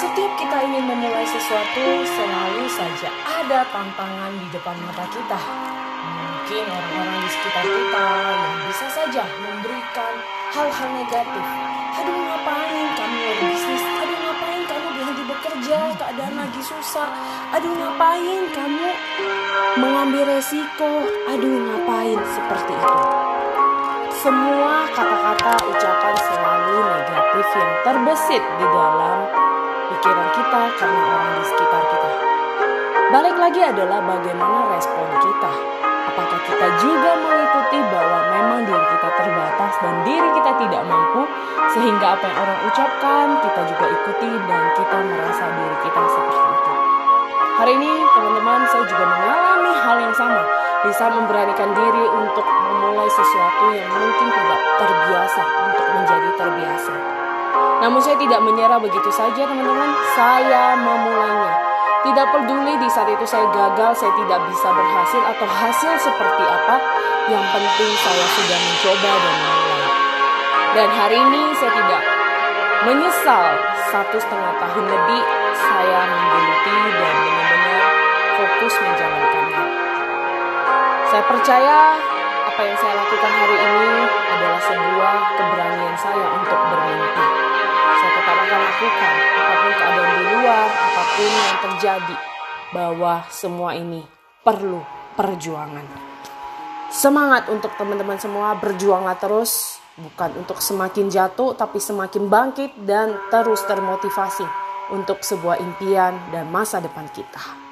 Setiap kita ingin memulai sesuatu, selalu saja ada tantangan di depan mata kita. Mungkin orang-orang di sekitar kita yang bisa saja memberikan hal-hal negatif. Aduh, ngapain kamu berbisnis? Aduh, ngapain kamu berhenti bekerja? Keadaan lagi susah. Aduh, ngapain kamu mengambil resiko? Aduh, ngapain seperti itu? Semua kata-kata ucapan selalu negatif yang terbesit di dalam pikiran kita karena orang di sekitar kita. Balik lagi adalah bagaimana respon kita. Apakah kita juga mengikuti bahwa memang diri kita terbatas dan diri kita tidak mampu, sehingga apa yang orang ucapkan kita juga ikuti dan kita merasa diri kita seperti itu. Hari ini teman-teman, saya juga mengalami hal yang sama. Bisa memberanikan diri untuk memulai sesuatu yang mungkin tidak terbiasa untuk menjadi terbiasa. Namun saya tidak menyerah begitu saja teman-teman. Saya memulainya. Tidak peduli di saat itu saya gagal, saya tidak bisa berhasil atau hasil seperti apa. Yang penting saya sudah mencoba dan memulai. Dan hari ini saya tidak menyesal 1,5 tahun lebih saya menggeluti dan benar-benar fokus menjalankannya. Saya percaya apa yang saya lakukan hari ini adalah sebuah keberanian saya untuk bermimpi. Saya tetap akan lakukan apapun keadaan di luar, apapun yang terjadi, bahwa semua ini perlu perjuangan. Semangat untuk teman-teman semua, berjuanglah terus, bukan untuk semakin jatuh, tapi semakin bangkit dan terus termotivasi untuk sebuah impian dan masa depan kita.